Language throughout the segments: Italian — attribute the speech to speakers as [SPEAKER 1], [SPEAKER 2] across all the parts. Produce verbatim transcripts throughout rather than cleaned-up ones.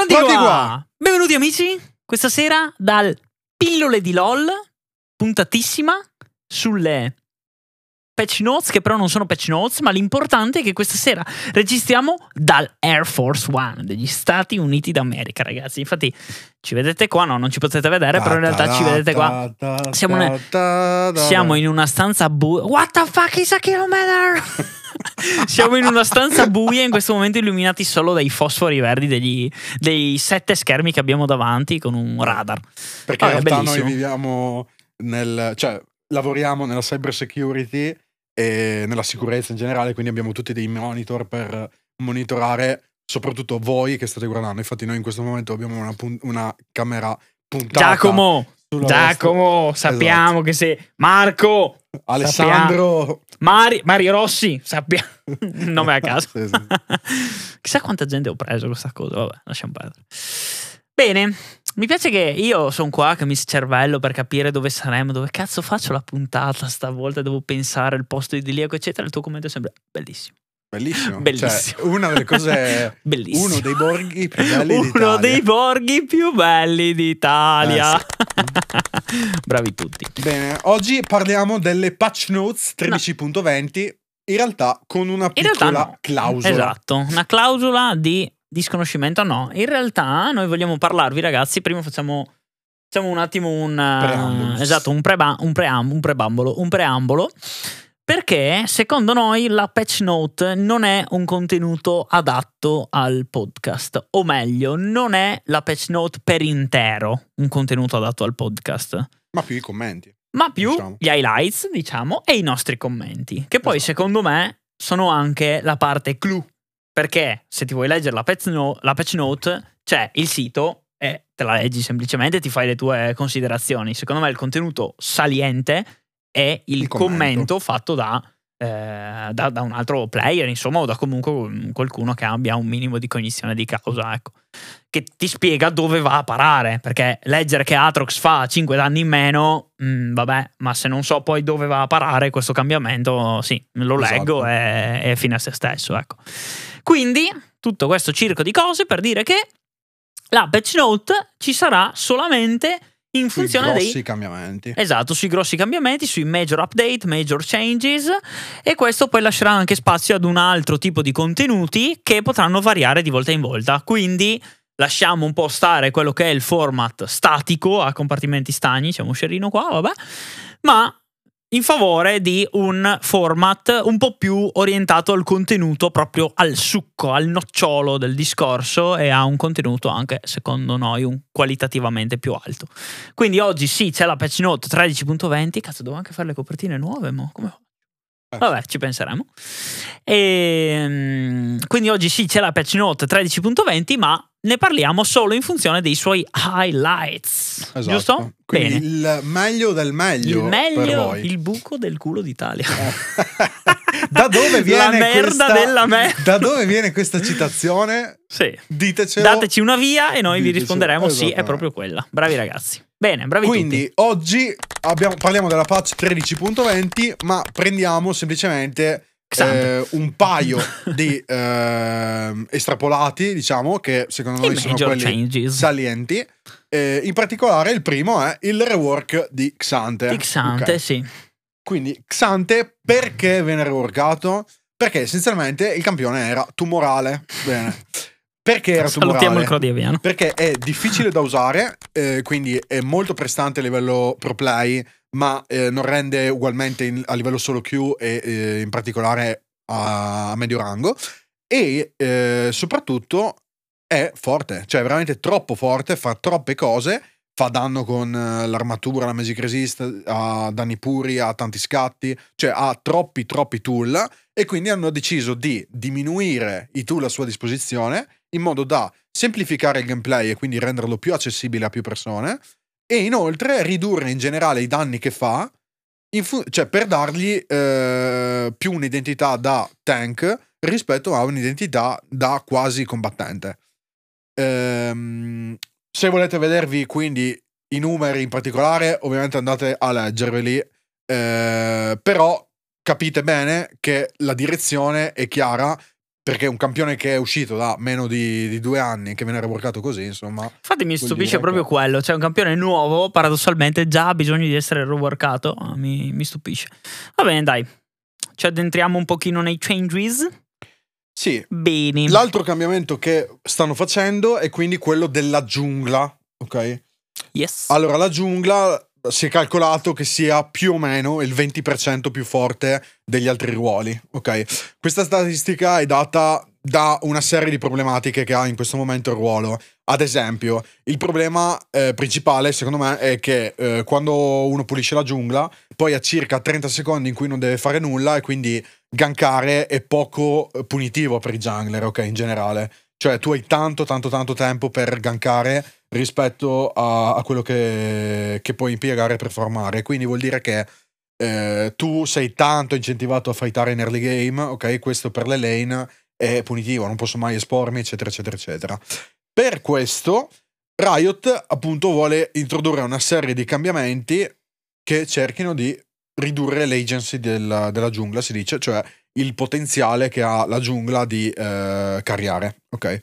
[SPEAKER 1] Pronti,
[SPEAKER 2] Pronti
[SPEAKER 1] qua?
[SPEAKER 2] qua?
[SPEAKER 1] Benvenuti amici, questa sera dal Pillole di LOL, puntatissima sulle patch notes, che però non sono patch notes, ma l'importante è che questa sera registriamo dal Air Force One degli Stati Uniti d'America, ragazzi. Infatti ci vedete qua, no, non ci potete vedere, però in realtà ci vedete qua. Siamo, ne- siamo in una stanza buia. What the fuck is a kilometer? Siamo in una stanza buia in questo momento, illuminati solo dai fosfori verdi degli, dei sette schermi che abbiamo davanti con un radar.
[SPEAKER 2] Perché
[SPEAKER 1] Vabbè,
[SPEAKER 2] in realtà
[SPEAKER 1] bellissimo.
[SPEAKER 2] noi viviamo nel, cioè lavoriamo nella cyber security e nella sicurezza in generale, quindi abbiamo tutti dei monitor per monitorare soprattutto voi che state guardando. Infatti noi in questo momento abbiamo una, pun- una camera puntata.
[SPEAKER 1] Giacomo,
[SPEAKER 2] sulla
[SPEAKER 1] Giacomo,
[SPEAKER 2] vostra-
[SPEAKER 1] sappiamo
[SPEAKER 2] Esatto.
[SPEAKER 1] che sei Marco,
[SPEAKER 2] Alessandro.
[SPEAKER 1] Mari, Mario Rossi, sappiamo. Nome a caso.
[SPEAKER 2] Sì, sì.
[SPEAKER 1] Chissà quanta gente ho preso questa cosa. Vabbè, lasciamo perdere. Bene, mi piace che io sono qua che mi cervello per capire dove saremo, dove cazzo faccio la puntata stavolta, devo pensare il posto idilliaco eccetera. Il tuo commento è sempre bellissimo.
[SPEAKER 2] Bellissimo.
[SPEAKER 1] Bellissimo.
[SPEAKER 2] Cioè, una delle cose.
[SPEAKER 1] Bellissimo.
[SPEAKER 2] Uno dei borghi più belli
[SPEAKER 1] Uno
[SPEAKER 2] d'Italia.
[SPEAKER 1] dei borghi più belli d'Italia.
[SPEAKER 2] Eh, sì.
[SPEAKER 1] Bravi tutti.
[SPEAKER 2] Bene, oggi parliamo delle patch notes tredici punto venti, in realtà con una
[SPEAKER 1] In realtà
[SPEAKER 2] piccola
[SPEAKER 1] no.
[SPEAKER 2] clausola.
[SPEAKER 1] Esatto, una clausola di disconoscimento. No, in realtà noi vogliamo parlarvi, ragazzi. Prima facciamo, facciamo un attimo un
[SPEAKER 2] Preambolo.
[SPEAKER 1] uh, esatto, un, preba- un, pream- un prebambolo, un preambolo. Perché secondo noi la patch note non è un contenuto adatto al podcast, o meglio, non è la patch note per intero un contenuto adatto al podcast,
[SPEAKER 2] Ma più i commenti.
[SPEAKER 1] ma più
[SPEAKER 2] Diciamo.
[SPEAKER 1] gli highlights, diciamo, e i nostri commenti, che poi
[SPEAKER 2] Esatto.
[SPEAKER 1] secondo me sono anche la parte clou, perché se ti vuoi leggere la patch, no- la patch note c'è il sito e te la leggi semplicemente, ti fai le tue considerazioni. Secondo me il contenuto saliente è il,
[SPEAKER 2] Il
[SPEAKER 1] commento.
[SPEAKER 2] commento.
[SPEAKER 1] fatto da, eh, da, da un altro player, insomma, o da comunque qualcuno che abbia un minimo di cognizione di causa, ecco, che ti spiega dove va a parare, perché leggere che Atrox fa cinque danni in meno, mh, vabbè, ma se non so poi dove va a parare questo cambiamento, sì, lo
[SPEAKER 2] Esatto.
[SPEAKER 1] leggo e è fine a se stesso, ecco. Quindi, tutto questo circo di cose per dire che la patch note ci sarà solamente in
[SPEAKER 2] Sui
[SPEAKER 1] funzione
[SPEAKER 2] grossi
[SPEAKER 1] dei...
[SPEAKER 2] cambiamenti.
[SPEAKER 1] Esatto, sui grossi cambiamenti, sui major update, major changes, e questo poi lascerà anche spazio ad un altro tipo di contenuti che potranno variare di volta in volta. Quindi lasciamo un po' stare quello che è il format statico a compartimenti stagni, c'è un scerino qua, vabbè, ma in favore di un format un po' più orientato al contenuto, proprio al succo, al nocciolo del discorso, e a un contenuto anche, secondo noi, un qualitativamente più alto. Quindi oggi sì, c'è la patch note tredici punto venti. Cazzo, devo anche fare le copertine nuove, mo? Come fa? Vabbè, ci penseremo. E, quindi oggi sì, c'è la patch note tredici punto venti, ma ne parliamo solo in funzione dei suoi highlights.
[SPEAKER 2] Esatto.
[SPEAKER 1] Giusto?
[SPEAKER 2] Quindi
[SPEAKER 1] Bene.
[SPEAKER 2] il meglio del meglio,
[SPEAKER 1] Il meglio,
[SPEAKER 2] per voi.
[SPEAKER 1] il buco del culo d'Italia.
[SPEAKER 2] Da dove viene
[SPEAKER 1] La merda
[SPEAKER 2] questa,
[SPEAKER 1] della merda.
[SPEAKER 2] Da dove viene questa citazione?
[SPEAKER 1] Sì.
[SPEAKER 2] Ditecelo.
[SPEAKER 1] Dateci una via e noi vi
[SPEAKER 2] Ditecelo.
[SPEAKER 1] risponderemo sì, è
[SPEAKER 2] Esattamente.
[SPEAKER 1] proprio quella. Bravi ragazzi. Bene, bravi
[SPEAKER 2] Quindi
[SPEAKER 1] tutti.
[SPEAKER 2] oggi abbiamo- parliamo della patch tredici punto venti, ma prendiamo semplicemente
[SPEAKER 1] Xante.
[SPEAKER 2] eh, un paio di ehm, estrapolati, diciamo, che secondo
[SPEAKER 1] I
[SPEAKER 2] noi sono
[SPEAKER 1] major
[SPEAKER 2] quelli
[SPEAKER 1] changes.
[SPEAKER 2] salienti. Eh, in particolare il primo è il rework di Xante.
[SPEAKER 1] Xante,
[SPEAKER 2] Ok.
[SPEAKER 1] sì.
[SPEAKER 2] Quindi Xante perché viene reworkato? Perché essenzialmente il campione era tumorale. Bene. Perché era
[SPEAKER 1] Salutiamo
[SPEAKER 2] tumorale?
[SPEAKER 1] il Crodiaviano.
[SPEAKER 2] Perché è difficile da usare, eh, quindi è molto prestante a livello pro play, ma eh, non rende ugualmente in- a livello solo Q e eh, in particolare a, a medio rango. E eh, soprattutto è forte, cioè veramente troppo forte, fa troppe cose, fa danno con eh, l'armatura, la Magic Resist, ha danni puri, ha tanti scatti, cioè ha troppi troppi tool, e quindi hanno deciso di diminuire i tool a sua disposizione in modo da semplificare il gameplay e quindi renderlo più accessibile a più persone, e inoltre ridurre in generale i danni che fa, in fu- cioè per dargli eh, più un'identità da tank rispetto a un'identità da quasi combattente. Ehm, se volete vedervi quindi i numeri in particolare, ovviamente andate a leggerveli, eh, però capite bene che la direzione è chiara perché un campione che è uscito da meno di, di due anni, che viene reworkato così, insomma.
[SPEAKER 1] Infatti mi stupisce proprio
[SPEAKER 2] che...
[SPEAKER 1] quello, cioè un campione nuovo, paradossalmente, già ha bisogno di essere reworkato, mi, mi stupisce. Va bene, dai, ci addentriamo un pochino nei changes.
[SPEAKER 2] Sì.
[SPEAKER 1] Bene.
[SPEAKER 2] L'altro cambiamento che stanno facendo è quindi quello della giungla, ok?
[SPEAKER 1] Yes.
[SPEAKER 2] Allora, la giungla si è calcolato che sia più o meno il venti per cento più forte degli altri ruoli, ok? Questa statistica è data da una serie di problematiche che ha in questo momento il ruolo. Ad esempio, il problema eh, principale, secondo me, è che eh, quando uno pulisce la giungla, poi ha circa trenta secondi in cui non deve fare nulla e quindi gankare è poco punitivo per i jungler, ok, in generale. Cioè tu hai tanto, tanto, tanto tempo per gankare rispetto a, a quello che, che puoi impiegare per farmare. Quindi vuol dire che eh, tu sei tanto incentivato a fightare in early game, ok? Questo per le lane è punitivo, non posso mai espormi, eccetera, eccetera, eccetera. Per questo Riot appunto vuole introdurre una serie di cambiamenti che cerchino di ridurre l'agency della, della giungla, si dice, cioè il potenziale che ha la giungla di eh, carriare, ok?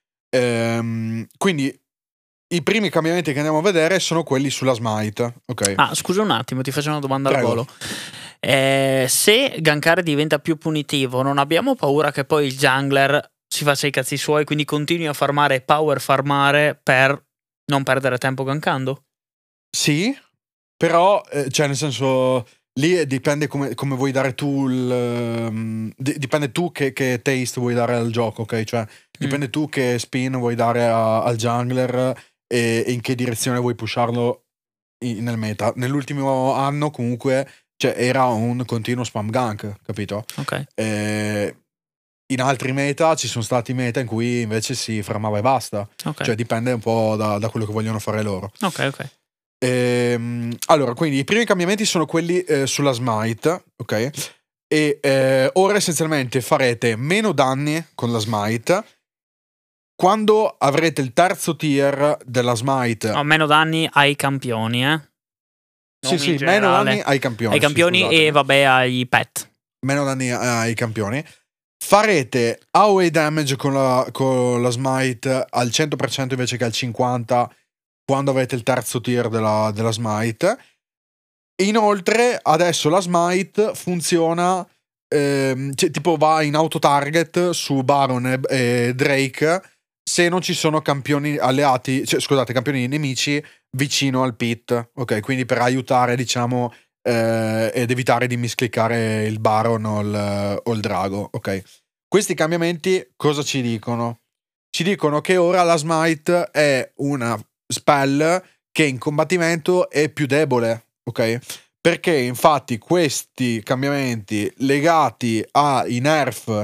[SPEAKER 2] Ehm, quindi i primi cambiamenti che andiamo a vedere sono quelli sulla smite, ok?
[SPEAKER 1] Ah, scusa un attimo, ti faccio una domanda
[SPEAKER 2] Prego.
[SPEAKER 1] al volo. Eh, se gankare diventa più punitivo, non abbiamo paura che poi il jungler si faccia i cazzi suoi, quindi continui a farmare e power farmare per non perdere tempo gankando?
[SPEAKER 2] Sì, però, eh, cioè nel senso, lì dipende come, come vuoi dare tu il... Um, di, dipende tu che, che taste vuoi dare al gioco, ok? Cioè, dipende mm. tu che spin vuoi dare a, al jungler e, e in che direzione vuoi pusharlo in, nel meta. Nell'ultimo anno comunque cioè, era un continuo spam gank, capito?
[SPEAKER 1] Ok.
[SPEAKER 2] Eh, in altri meta ci sono stati meta in cui invece si fermava e basta.
[SPEAKER 1] Okay.
[SPEAKER 2] Cioè dipende un po' da, da quello che vogliono fare loro.
[SPEAKER 1] Ok, ok.
[SPEAKER 2] Ehm, allora, quindi i primi cambiamenti sono quelli eh, sulla smite, ok? E eh, ora essenzialmente farete meno danni con la smite. Quando avrete il terzo tier della smite...
[SPEAKER 1] Ho meno danni ai campioni, eh?
[SPEAKER 2] Sì, sì, meno danni ai campioni.
[SPEAKER 1] Ai campioni
[SPEAKER 2] sì,
[SPEAKER 1] e vabbè ai pet.
[SPEAKER 2] Meno danni ai campioni. Farete A O E damage con la, con la smite al cento per cento invece che al cinquanta per cento quando avete il terzo tier della, della smite. Inoltre adesso la smite funziona ehm, cioè, tipo va in auto target su Baron e, e Drake se non ci sono campioni alleati, cioè, scusate, campioni nemici vicino al pit, ok? Quindi per aiutare, diciamo, eh, ed evitare di miscliccare il Baron o il, o il Drago, ok? Questi cambiamenti cosa ci dicono? Ci dicono che ora la smite è una spell che in combattimento è più debole, ok? Perché infatti questi cambiamenti legati ai nerf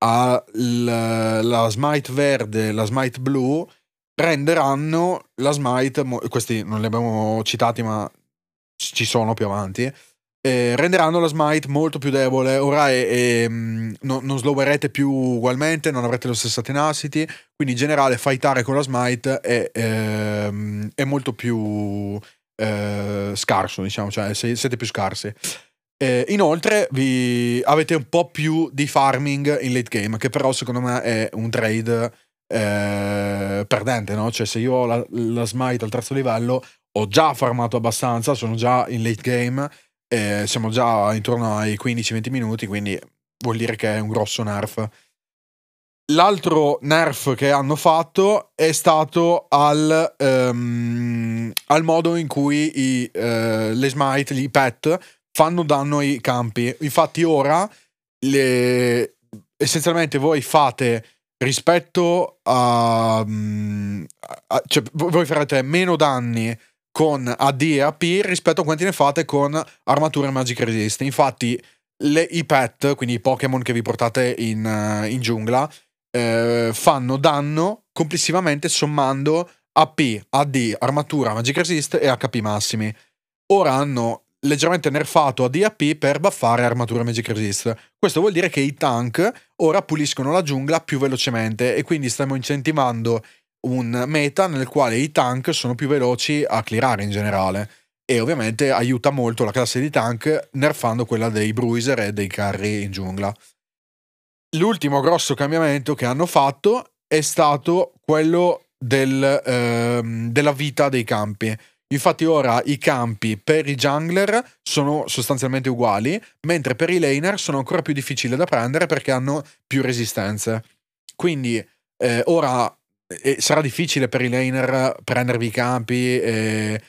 [SPEAKER 2] alla smite verde, la smite blu, renderanno la smite, questi non li abbiamo citati ma ci sono più avanti, eh, renderanno la smite molto più debole. Ora è, è, no, non slowerete più ugualmente, non avrete lo stesso tenacity, quindi in generale fightare con la smite è, è, è molto più eh, scarso, diciamo, cioè siete più scarsi. Eh, inoltre vi avete un po' più di farming in late game, che però secondo me è un trade eh, perdente, no? Cioè se io ho la, la smite al terzo livello ho già farmato abbastanza, sono già in late game, eh, siamo già intorno ai quindici venti minuti, quindi vuol dire che è un grosso nerf. L'altro nerf che hanno fatto è stato al, um, al modo in cui i, uh, le smite, gli pet fanno danno ai campi. Infatti ora le, essenzialmente voi fate rispetto a, a cioè voi farete meno danni con A D e A P rispetto a quanti ne fate con armature e magic resist. Infatti le, i pet, quindi i Pokémon che vi portate in, uh, in giungla, eh, fanno danno complessivamente sommando A P, A D, armatura, magic resist e H P massimi. Ora hanno leggermente nerfato A D e A P per buffare armatura e magic resist. Questo vuol dire che i tank ora puliscono la giungla più velocemente e quindi stiamo incentivando un meta nel quale i tank sono più veloci a clearare in generale, e ovviamente aiuta molto la classe di tank nerfando quella dei bruiser e dei carry in giungla. l'ultimo grosso cambiamento che hanno fatto è stato quello del, ehm, della vita dei campi. Infatti ora i campi per i jungler sono sostanzialmente uguali, mentre per i laner sono ancora più difficili da prendere perché hanno più resistenze. Quindi eh, ora eh, sarà difficile per i laner prendervi i campi e,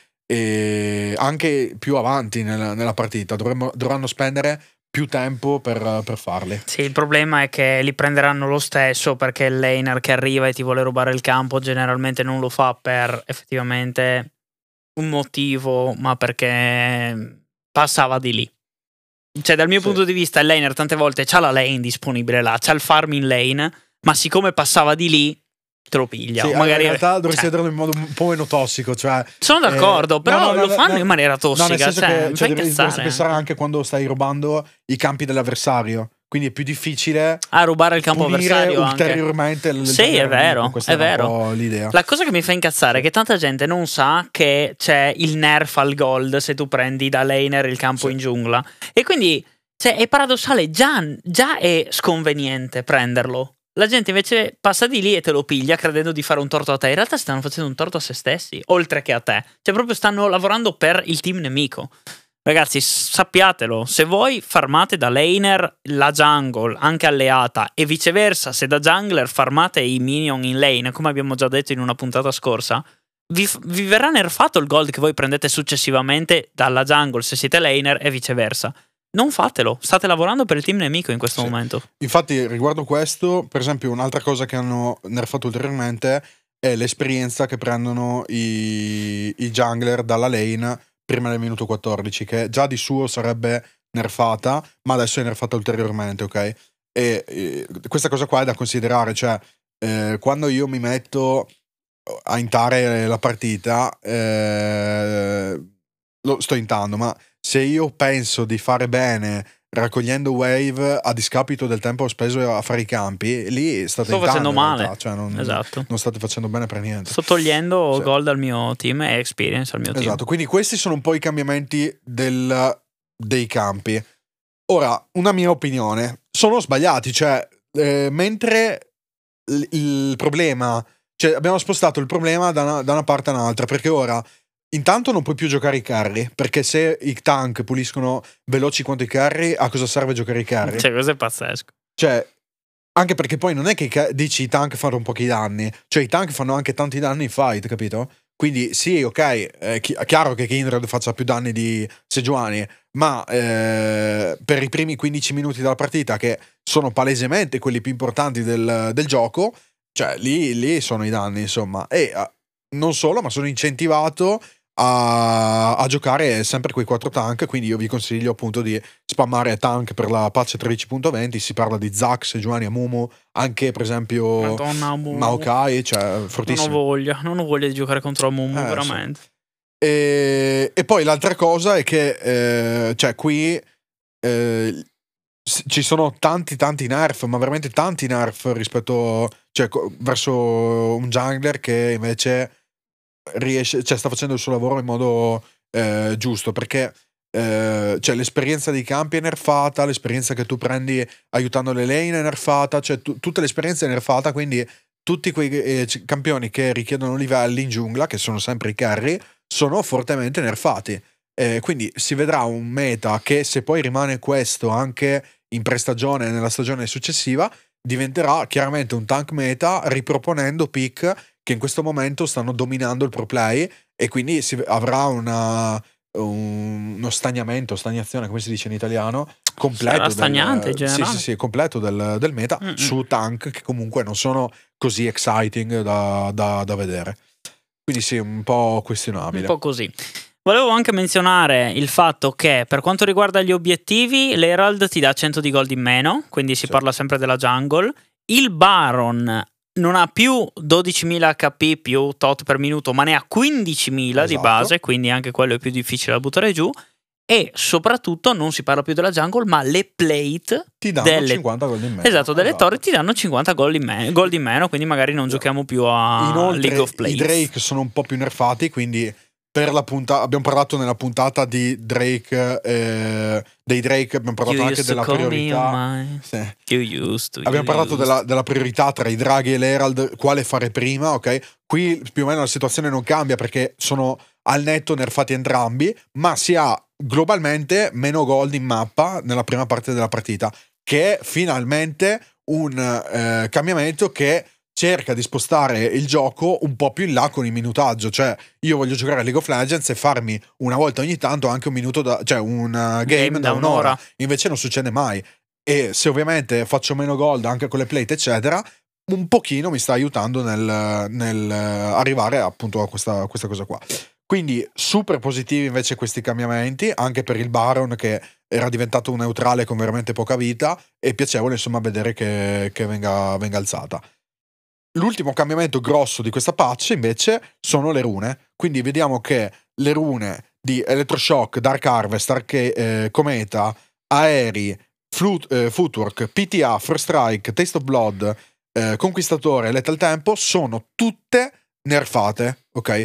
[SPEAKER 2] e anche più avanti nella, nella partita. Dovremmo, dovranno spendere più tempo per, per farli.
[SPEAKER 1] Sì, il problema è che li prenderanno lo stesso, perché il laner che arriva e ti vuole rubare il campo generalmente non lo fa per effettivamente un motivo, ma perché passava di lì. Cioè, dal mio
[SPEAKER 2] Sì.
[SPEAKER 1] punto di vista, il laner tante volte c'ha la lane disponibile là, c'ha il farm in lane, ma siccome passava di lì te lo piglia.
[SPEAKER 2] Sì,
[SPEAKER 1] o magari
[SPEAKER 2] in realtà dovresti
[SPEAKER 1] cioè,
[SPEAKER 2] vederlo in modo un po' meno tossico, cioè,
[SPEAKER 1] sono d'accordo,
[SPEAKER 2] eh,
[SPEAKER 1] però
[SPEAKER 2] no, no,
[SPEAKER 1] lo
[SPEAKER 2] no,
[SPEAKER 1] fanno
[SPEAKER 2] no,
[SPEAKER 1] in maniera tossica.
[SPEAKER 2] No, nel senso
[SPEAKER 1] cioè,
[SPEAKER 2] che
[SPEAKER 1] mi
[SPEAKER 2] cioè,
[SPEAKER 1] fa
[SPEAKER 2] dovresti
[SPEAKER 1] incazzare.
[SPEAKER 2] pensare anche quando stai rubando i campi dell'avversario. Quindi è più difficile
[SPEAKER 1] a rubare il campo
[SPEAKER 2] punire
[SPEAKER 1] avversario
[SPEAKER 2] ulteriormente
[SPEAKER 1] anche.
[SPEAKER 2] il
[SPEAKER 1] Sì, è vero,
[SPEAKER 2] questa
[SPEAKER 1] è vero.
[SPEAKER 2] un po' l'idea.
[SPEAKER 1] La cosa che mi fa incazzare è che tanta gente non sa che c'è il nerf al gold se tu prendi da laner il campo
[SPEAKER 2] Sì.
[SPEAKER 1] in giungla. E quindi cioè, è paradossale, già, già è sconveniente prenderlo. La gente invece passa di lì e te lo piglia credendo di fare un torto a te. In realtà stanno facendo un torto a se stessi, oltre che a te. Cioè proprio stanno lavorando per il team nemico. Ragazzi, sappiatelo, se voi farmate da laner la jungle, anche alleata, e viceversa, se da jungler farmate i minion in lane, come abbiamo già detto in una puntata scorsa, vi, vi verrà nerfato il gold che voi prendete successivamente dalla jungle se siete laner e viceversa. Non fatelo, state lavorando per il team nemico in questo
[SPEAKER 2] Sì.
[SPEAKER 1] momento.
[SPEAKER 2] Infatti, riguardo questo, per esempio, un'altra cosa che hanno nerfato ulteriormente è l'esperienza che prendono i, i jungler dalla lane prima del minuto quattordici, che già di suo sarebbe nerfata, ma adesso è nerfata ulteriormente, ok? E, e questa cosa qua è da considerare, cioè eh, quando io mi metto a intare la partita, eh, lo sto intando, ma se io penso di fare bene raccogliendo wave a discapito del tempo speso a fare i campi, lì state
[SPEAKER 1] Sto facendo
[SPEAKER 2] in
[SPEAKER 1] male.
[SPEAKER 2] realtà, cioè non,
[SPEAKER 1] Esatto.
[SPEAKER 2] non state facendo bene per niente.
[SPEAKER 1] Sto togliendo
[SPEAKER 2] Sì.
[SPEAKER 1] gold al mio team e experience al mio team.
[SPEAKER 2] Esatto, quindi questi sono un po' i cambiamenti del, dei campi. Ora, una mia opinione, sono sbagliati, cioè eh, mentre il, il problema, cioè abbiamo spostato il problema da una, da una parte a un'altra, perché ora intanto non puoi più giocare i carry, perché se i tank puliscono veloci quanto i carry, a cosa serve giocare i carry?
[SPEAKER 1] Cioè, questo è pazzesco.
[SPEAKER 2] Cioè, anche perché poi non è che ca- dici i tank fanno pochi danni, cioè i tank fanno anche tanti danni in fight, capito? Quindi sì, ok, è, chi- è chiaro che Kindred faccia più danni di Sejuani, ma eh, per i primi quindici minuti della partita, che sono palesemente quelli più importanti del, del gioco, cioè lì, lì sono i danni, insomma. E eh, non solo, ma sono incentivato a, a giocare sempre quei quattro tank, quindi io vi consiglio appunto di spammare tank per la patch tredici punto venti. Si parla di Zac, Sejuani, Amumu, anche per esempio
[SPEAKER 1] Madonna, Amumu.
[SPEAKER 2] Maokai, cioè
[SPEAKER 1] Non ho
[SPEAKER 2] fortissimo.
[SPEAKER 1] voglia, non ho voglia di giocare contro Amumu,
[SPEAKER 2] Eh,
[SPEAKER 1] veramente.
[SPEAKER 2] E, e poi l'altra cosa è che eh, cioè qui eh, s- ci sono tanti tanti nerf, ma veramente tanti nerf rispetto, cioè, co- verso un jungler che invece riesce, cioè sta facendo il suo lavoro in modo eh, giusto, perché eh, cioè, l'esperienza dei campi è nerfata, l'esperienza che tu prendi aiutando le lane è nerfata, cioè tu- tutta l'esperienza è nerfata, quindi tutti quei eh, c- campioni che richiedono livelli in giungla, che sono sempre i carry, sono fortemente nerfati. Eh, quindi si vedrà un meta che, se poi rimane questo anche in prestagione nella stagione successiva, diventerà chiaramente un tank meta, riproponendo pick che in questo momento stanno dominando il pro play, e quindi si avrà una, un, uno stagnamento, stagnazione, come si dice in italiano, completo.
[SPEAKER 1] Sarà stagnante in
[SPEAKER 2] del, sì,
[SPEAKER 1] generale.
[SPEAKER 2] sì, sì, completo del, del meta
[SPEAKER 1] Mm-mm.
[SPEAKER 2] su tank che comunque non sono così exciting da, da, da vedere. Quindi sì, un po' questionabile.
[SPEAKER 1] Un po' così. Volevo anche menzionare il fatto che per quanto riguarda gli obiettivi, l'Herald ti dà cento di gold in meno, quindi si
[SPEAKER 2] Sì.
[SPEAKER 1] parla sempre della jungle. Il Baron non ha più dodicimila H P più tot per minuto, ma ne ha quindicimila di
[SPEAKER 2] Esatto.
[SPEAKER 1] base, quindi anche quello è più difficile da buttare giù. E soprattutto non si parla più della jungle, ma le plate
[SPEAKER 2] Ti danno
[SPEAKER 1] delle-
[SPEAKER 2] cinquanta gold in meno.
[SPEAKER 1] Esatto, delle torri ti danno cinquanta gold in, me- gold in meno, quindi magari non giochiamo più a
[SPEAKER 2] Inoltre
[SPEAKER 1] League of Plates.
[SPEAKER 2] i Drake sono un po' più nerfati, quindi per la puntata, abbiamo parlato nella puntata di Drake, eh, dei Drake, abbiamo parlato
[SPEAKER 1] You
[SPEAKER 2] anche
[SPEAKER 1] used to
[SPEAKER 2] della
[SPEAKER 1] call me
[SPEAKER 2] priorità.
[SPEAKER 1] on my-
[SPEAKER 2] Sì.
[SPEAKER 1] You used to,
[SPEAKER 2] Abbiamo
[SPEAKER 1] you
[SPEAKER 2] parlato
[SPEAKER 1] used.
[SPEAKER 2] della, della priorità tra i draghi e l'Herald, quale fare prima, ok? Qui più o meno la situazione non cambia perché sono al netto nerfati entrambi, ma si ha globalmente meno gold in mappa nella prima parte della partita, che è finalmente un eh, cambiamento che cerca di spostare il gioco un po' più in là con il minutaggio. Cioè, io voglio giocare a League of Legends e farmi una volta ogni tanto anche un minuto da, cioè un uh, game,
[SPEAKER 1] Game
[SPEAKER 2] da
[SPEAKER 1] da
[SPEAKER 2] un'ora.
[SPEAKER 1] un'ora.
[SPEAKER 2] Invece non succede mai. E se ovviamente faccio meno gold anche con le plate eccetera, un pochino mi sta aiutando nel, nel arrivare appunto a questa, questa cosa qua. Quindi super positivi invece questi cambiamenti, anche per il Baron che era diventato un neutrale con veramente poca vita, e piacevole insomma vedere che, che venga, venga alzata. L'ultimo cambiamento grosso di questa patch invece sono le rune. Quindi vediamo che le rune di Electroshock, Dark Harvest, Arche- eh, Cometa, Aeri, Flut- eh, Footwork, P T A, First Strike, Taste of Blood, eh, Conquistatore e Lethal Tempo sono tutte nerfate, ok?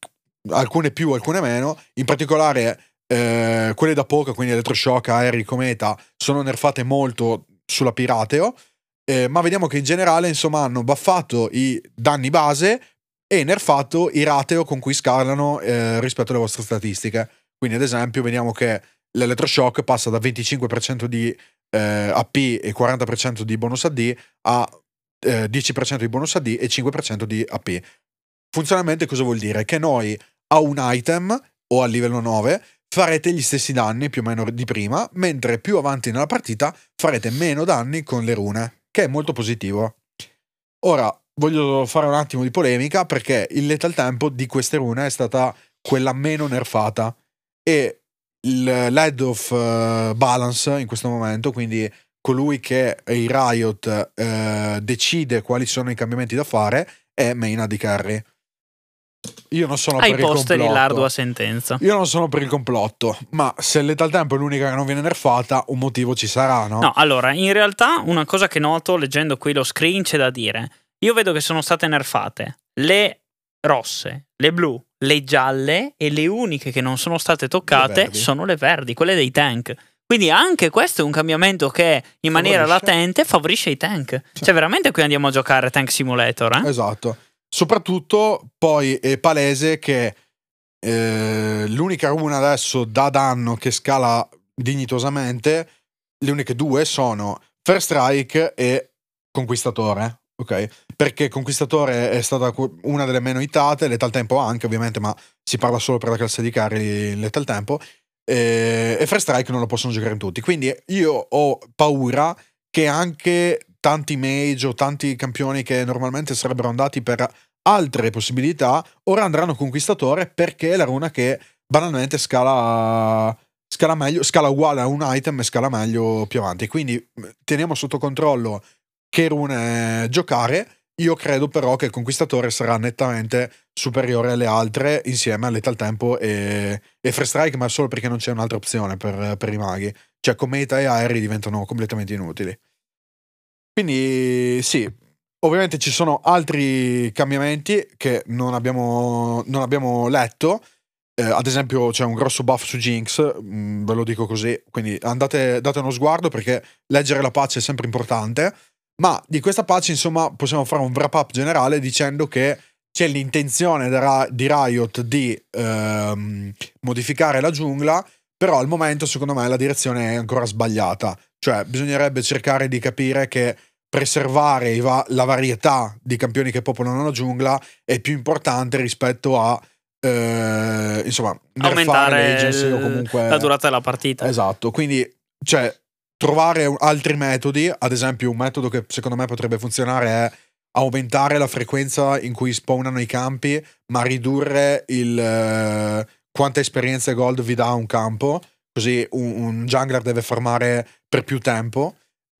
[SPEAKER 2] Alcune più, alcune meno. In particolare eh, quelle da poco, quindi Electroshock, Aeri, Cometa, sono nerfate molto sulla Pirateo. Eh, ma vediamo che in generale insomma hanno buffato i danni base e nerfato i rateo con cui scalano eh, rispetto alle vostre statistiche. Quindi ad esempio vediamo che l'Electroshock passa da venticinque per cento di eh, A P e quaranta per cento di bonus A D a eh, dieci per cento di bonus A D e cinque per cento di A P. Funzionalmente cosa vuol dire? Che noi a un item o al livello nove farete gli stessi danni più o meno di prima, mentre più avanti nella partita farete meno danni con le rune, che è molto positivo. Ora, voglio fare un attimo di polemica perché il lethal tempo di queste rune è stata quella meno nerfata e il Head of uh, Balance in questo momento, quindi colui che i Riot uh, decide quali sono i cambiamenti da fare, è Main A D Carry. Io non sono
[SPEAKER 1] Ai
[SPEAKER 2] per il
[SPEAKER 1] posteri
[SPEAKER 2] complotto.
[SPEAKER 1] l'ardua sentenza.
[SPEAKER 2] Io non sono per il complotto, ma se il lethal tempo è l'unica che non viene nerfata, un motivo ci sarà, no?
[SPEAKER 1] No, allora, in realtà una cosa che noto leggendo qui lo screen c'è da dire. Io vedo che sono state nerfate le rosse, le blu, le gialle e le uniche che non sono state toccate
[SPEAKER 2] verdi.
[SPEAKER 1] sono le verdi, quelle dei tank. Quindi anche questo è un cambiamento che in maniera
[SPEAKER 2] Favorisce.
[SPEAKER 1] latente favorisce i tank.
[SPEAKER 2] Sì.
[SPEAKER 1] Cioè veramente qui andiamo a giocare Tank Simulator, eh?
[SPEAKER 2] Esatto. Soprattutto poi è palese che eh, l'unica runa adesso da danno che scala dignitosamente, le uniche due sono First Strike e Conquistatore, ok? Perché Conquistatore è stata una delle meno hitate, Lethal Tempo anche ovviamente, ma si parla solo per la classe di carry Lethal Tempo, e, e First Strike non lo possono giocare in tutti. Quindi io ho paura che anche tanti mage o tanti campioni che normalmente sarebbero andati per altre possibilità ora andranno Conquistatore, perché è la runa che banalmente scala scala meglio, scala uguale a un item e scala meglio più avanti. Quindi teniamo sotto controllo che rune giocare. Io credo però che il Conquistatore sarà nettamente superiore alle altre insieme a Lethal Tempo e, e First Strike, ma solo perché non c'è un'altra opzione per, per i maghi. Cioè Cometa e Aeri diventano completamente inutili. Quindi sì, ovviamente ci sono altri cambiamenti che non abbiamo, non abbiamo letto. Eh, ad esempio c'è un grosso buff su Jinx, mh, ve lo dico così, quindi andate, date uno sguardo perché leggere la patch è sempre importante. Ma di questa patch insomma possiamo fare un wrap up generale dicendo che c'è l'intenzione di Riot di ehm, modificare la giungla, però al momento secondo me la direzione è ancora sbagliata. Cioè bisognerebbe cercare di capire che preservare va- la varietà di campioni che popolano la giungla è più importante rispetto a eh, insomma
[SPEAKER 1] Aumentare
[SPEAKER 2] l'agency
[SPEAKER 1] il-
[SPEAKER 2] o comunque
[SPEAKER 1] la durata della partita.
[SPEAKER 2] Esatto, quindi cioè trovare altri metodi, ad esempio un metodo che secondo me potrebbe funzionare è aumentare la frequenza in cui spawnano i campi, ma ridurre il eh, quanta esperienza e gold vi dà un campo, così un, un jungler deve farmare per più tempo.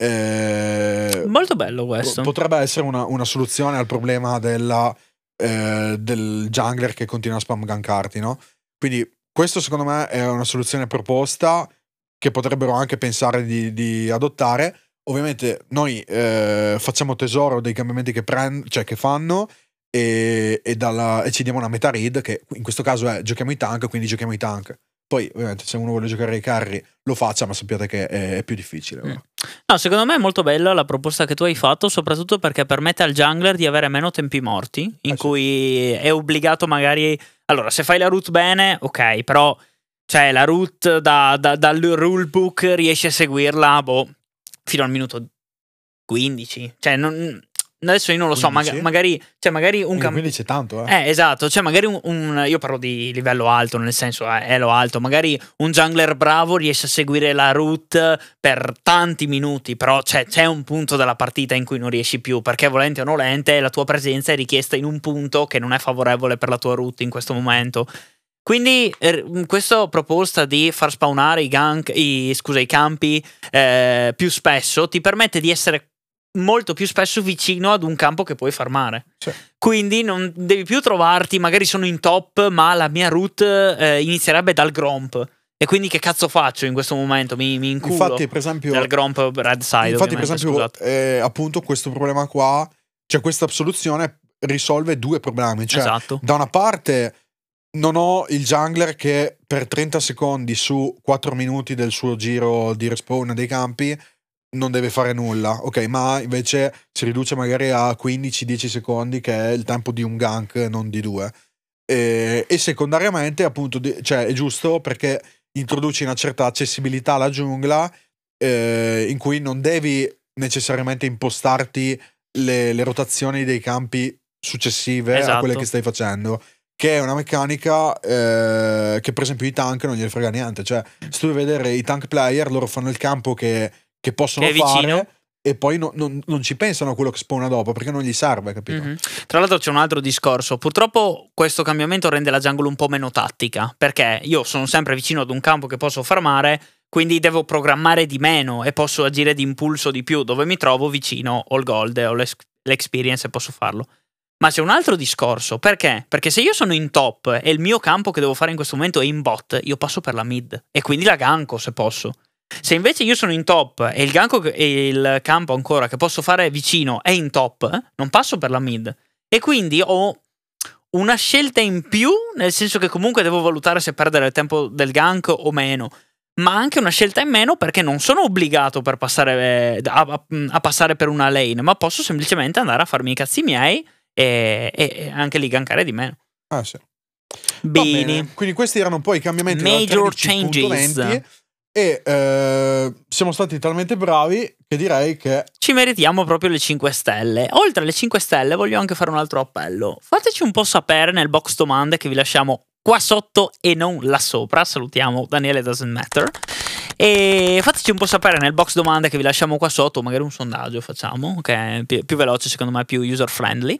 [SPEAKER 2] Eh,
[SPEAKER 1] Molto bello questo.
[SPEAKER 2] Potrebbe essere una, una soluzione al problema della, eh, del jungler che continua a spam gankarti, no? Quindi questo secondo me è una soluzione proposta che potrebbero anche pensare di, di adottare. Ovviamente noi eh, facciamo tesoro dei cambiamenti che, prend- cioè che fanno e, e, dalla, e ci diamo una meta read, che in questo caso è giochiamo i tank, quindi giochiamo i tank. Poi ovviamente se uno vuole giocare ai carry lo faccia, ma sappiate che è, è più difficile.
[SPEAKER 1] Mm. No, secondo me è molto bella la proposta che tu hai fatto, soprattutto perché permette al jungler di avere meno tempi morti, in eh, cui sì. È obbligato magari... Allora, se fai la route bene, ok, però cioè la route da, da, dal rulebook riesci a seguirla boh, fino al minuto quindici. Cioè, non... Adesso io non lo so, mag- magari, cioè magari un
[SPEAKER 2] campo. Quindi c'è tanto, eh.
[SPEAKER 1] Eh, esatto, cioè magari un, un. Io parlo di livello alto, nel senso è eh, lo alto. Magari un jungler bravo riesce a seguire la route per tanti minuti, però c'è, c'è un punto della partita in cui non riesci più, perché volente o nolente la tua presenza è richiesta in un punto che non è favorevole per la tua route in questo momento. Quindi er, questa proposta di far spawnare i gank, i, scusa, i campi eh, più spesso ti permette di essere molto più spesso vicino ad un campo che puoi farmare.
[SPEAKER 2] Sì.
[SPEAKER 1] Quindi non devi più trovarti, magari sono in top, ma la mia route eh, inizierebbe dal Gromp. E quindi che cazzo faccio in questo momento? Mi, mi inculo.
[SPEAKER 2] Infatti, per esempio,
[SPEAKER 1] dal Gromp red side.
[SPEAKER 2] Infatti, per esempio, eh, appunto, questo problema qua, cioè questa soluzione risolve due problemi. Cioè,
[SPEAKER 1] esatto.
[SPEAKER 2] Da una parte non ho il jungler che per trenta secondi su quattro minuti del suo giro di respawn dei campi non deve fare nulla, ok, ma invece si riduce magari a quindici dieci secondi, che è il tempo di un gank, non di due. E, e secondariamente, appunto, cioè è giusto perché introduci una certa accessibilità alla giungla, eh, in cui non devi necessariamente impostarti le, le rotazioni dei campi successive
[SPEAKER 1] esatto.
[SPEAKER 2] a quelle che stai facendo, che è una meccanica eh, che per esempio i tank non gliene frega niente. Cioè, se tu vuoi vedere i tank player, loro fanno il campo che che possono
[SPEAKER 1] che
[SPEAKER 2] fare e poi no, non, non ci pensano a quello che spawna dopo, perché non gli serve, capito?
[SPEAKER 1] Mm-hmm. Tra l'altro c'è un altro discorso, purtroppo questo cambiamento rende la jungle un po' meno tattica, perché io sono sempre vicino ad un campo che posso farmare, quindi devo programmare di meno e posso agire di impulso di più, dove mi trovo vicino ho il gold, ho l'experience e posso farlo. Ma c'è un altro discorso, perché? Perché se io sono in top e il mio campo che devo fare in questo momento è in bot, io passo per la mid e quindi la ganko se posso. Se invece io sono in top e il ganko e il campo ancora che posso fare vicino è in top, eh, non passo per la mid. E quindi ho una scelta in più, nel senso che comunque devo valutare se perdere il tempo del gank o meno, ma anche una scelta in meno perché non sono obbligato per passare a, a, a passare per una lane, ma posso semplicemente andare a farmi i cazzi miei e, e anche lì gankare di meno.
[SPEAKER 2] Ah sì.
[SPEAKER 1] Bene.
[SPEAKER 2] Quindi questi erano un po' i cambiamenti
[SPEAKER 1] major changes.
[SPEAKER 2] E eh, siamo stati talmente bravi che direi che
[SPEAKER 1] ci meritiamo proprio le cinque stelle. Oltre alle cinque stelle voglio anche fare un altro appello. Fateci un po' sapere nel box domande che vi lasciamo qua sotto e non là sopra. Salutiamo Daniele Doesn't Matter. E fateci un po' sapere nel box domande che vi lasciamo qua sotto. Magari un sondaggio facciamo, che è più, più veloce, secondo me, più user friendly.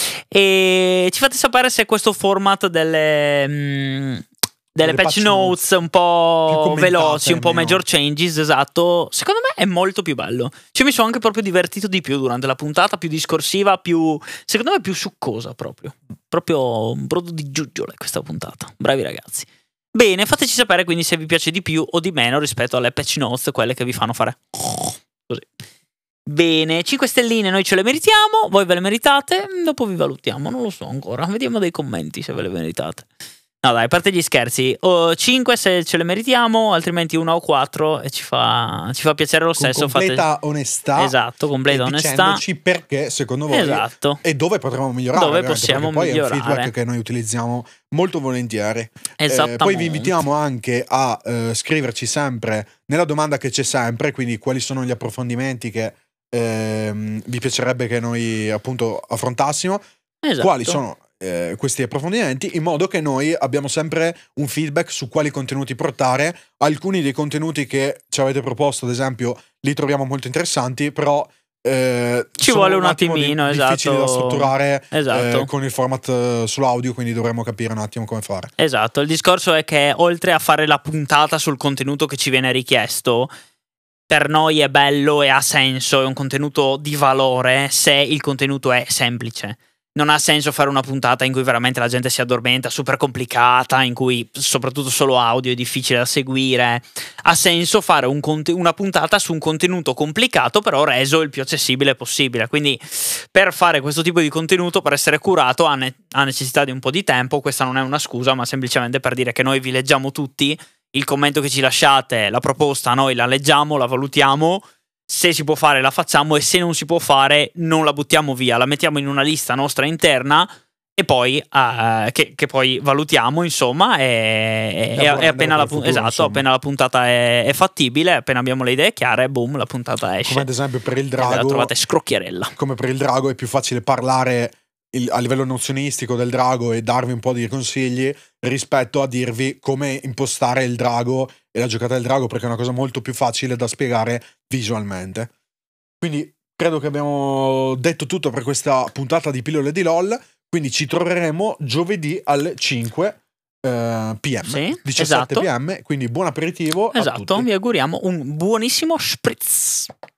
[SPEAKER 1] E ci fate sapere se questo format delle... Mh, delle patch, patch notes un po' veloci, un po' major changes, esatto, secondo me è molto più bello. Cioè mi sono anche proprio divertito di più durante la puntata, più discorsiva, più, secondo me più succosa proprio. Proprio un brodo di giuggiole questa puntata. Bravi ragazzi. Bene, fateci sapere quindi se vi piace di più o di meno rispetto alle patch notes, quelle che vi fanno fare così. Bene, cinque stelline noi ce le meritiamo, voi ve le meritate, dopo vi valutiamo, non lo so ancora, vediamo dai commenti se ve le meritate. No dai, a parte gli scherzi, oh, cinque se ce le meritiamo, altrimenti uno o quattro e ci fa, ci fa piacere lo
[SPEAKER 2] con
[SPEAKER 1] stesso.
[SPEAKER 2] Completa
[SPEAKER 1] fate...
[SPEAKER 2] onestà.
[SPEAKER 1] Esatto, completa
[SPEAKER 2] e
[SPEAKER 1] onestà.
[SPEAKER 2] Perché secondo voi
[SPEAKER 1] esatto.
[SPEAKER 2] e dove potremo migliorare.
[SPEAKER 1] Dove possiamo
[SPEAKER 2] poi
[SPEAKER 1] migliorare.
[SPEAKER 2] È un feedback che noi utilizziamo molto volentieri.
[SPEAKER 1] Esattamente.
[SPEAKER 2] Eh, poi vi invitiamo anche a eh, scriverci sempre nella domanda che c'è sempre, quindi quali sono gli approfondimenti che eh, vi piacerebbe che noi appunto affrontassimo.
[SPEAKER 1] Esatto.
[SPEAKER 2] Quali sono Eh, questi approfondimenti, in modo che noi abbiamo sempre un feedback su quali contenuti portare. Alcuni dei contenuti che ci avete proposto, ad esempio, li troviamo molto interessanti, però eh,
[SPEAKER 1] ci vuole un, un attimino,
[SPEAKER 2] di,
[SPEAKER 1] esatto,
[SPEAKER 2] difficili da strutturare
[SPEAKER 1] esatto.
[SPEAKER 2] eh, con il format eh, sull'audio, quindi dovremmo capire un attimo come fare.
[SPEAKER 1] Esatto, il discorso è che oltre a fare la puntata sul contenuto che ci viene richiesto, per noi è bello e ha senso, è un contenuto di valore se il contenuto è semplice. non ha senso fare una puntata in cui veramente la gente si addormenta, super complicata, in cui soprattutto solo audio è difficile da seguire. Ha senso fare un conte- una puntata su un contenuto complicato, però reso il più accessibile possibile. Quindi per fare questo tipo di contenuto, per essere curato, ha, ne- ha necessità di un po' di tempo. Questa non è una scusa, ma semplicemente per dire che noi vi leggiamo tutti. Il commento che ci lasciate, la proposta, noi la leggiamo, la valutiamo. Se si può fare la facciamo, e se non si può fare non la buttiamo via, la mettiamo in una lista nostra interna e poi uh, che, che poi valutiamo, insomma, e, e, e appena, la, futuro, esatto, appena la puntata è, è fattibile, appena abbiamo le idee chiare, boom, la puntata esce.
[SPEAKER 2] Come ad esempio per il drago,
[SPEAKER 1] la trovate scrocchierella.
[SPEAKER 2] Come per il drago è più facile parlare il, a livello nozionistico del drago e darvi un po' di consigli rispetto a dirvi come impostare il drago e la giocata del drago, perché è una cosa molto più facile da spiegare visualmente. Quindi credo che abbiamo detto tutto per questa puntata di Pillole di LOL, quindi ci troveremo giovedì alle cinque uh, p m,
[SPEAKER 1] sì,
[SPEAKER 2] diciassette
[SPEAKER 1] esatto.
[SPEAKER 2] p m, quindi buon aperitivo
[SPEAKER 1] esatto,
[SPEAKER 2] a tutti.
[SPEAKER 1] Vi auguriamo un buonissimo spritz.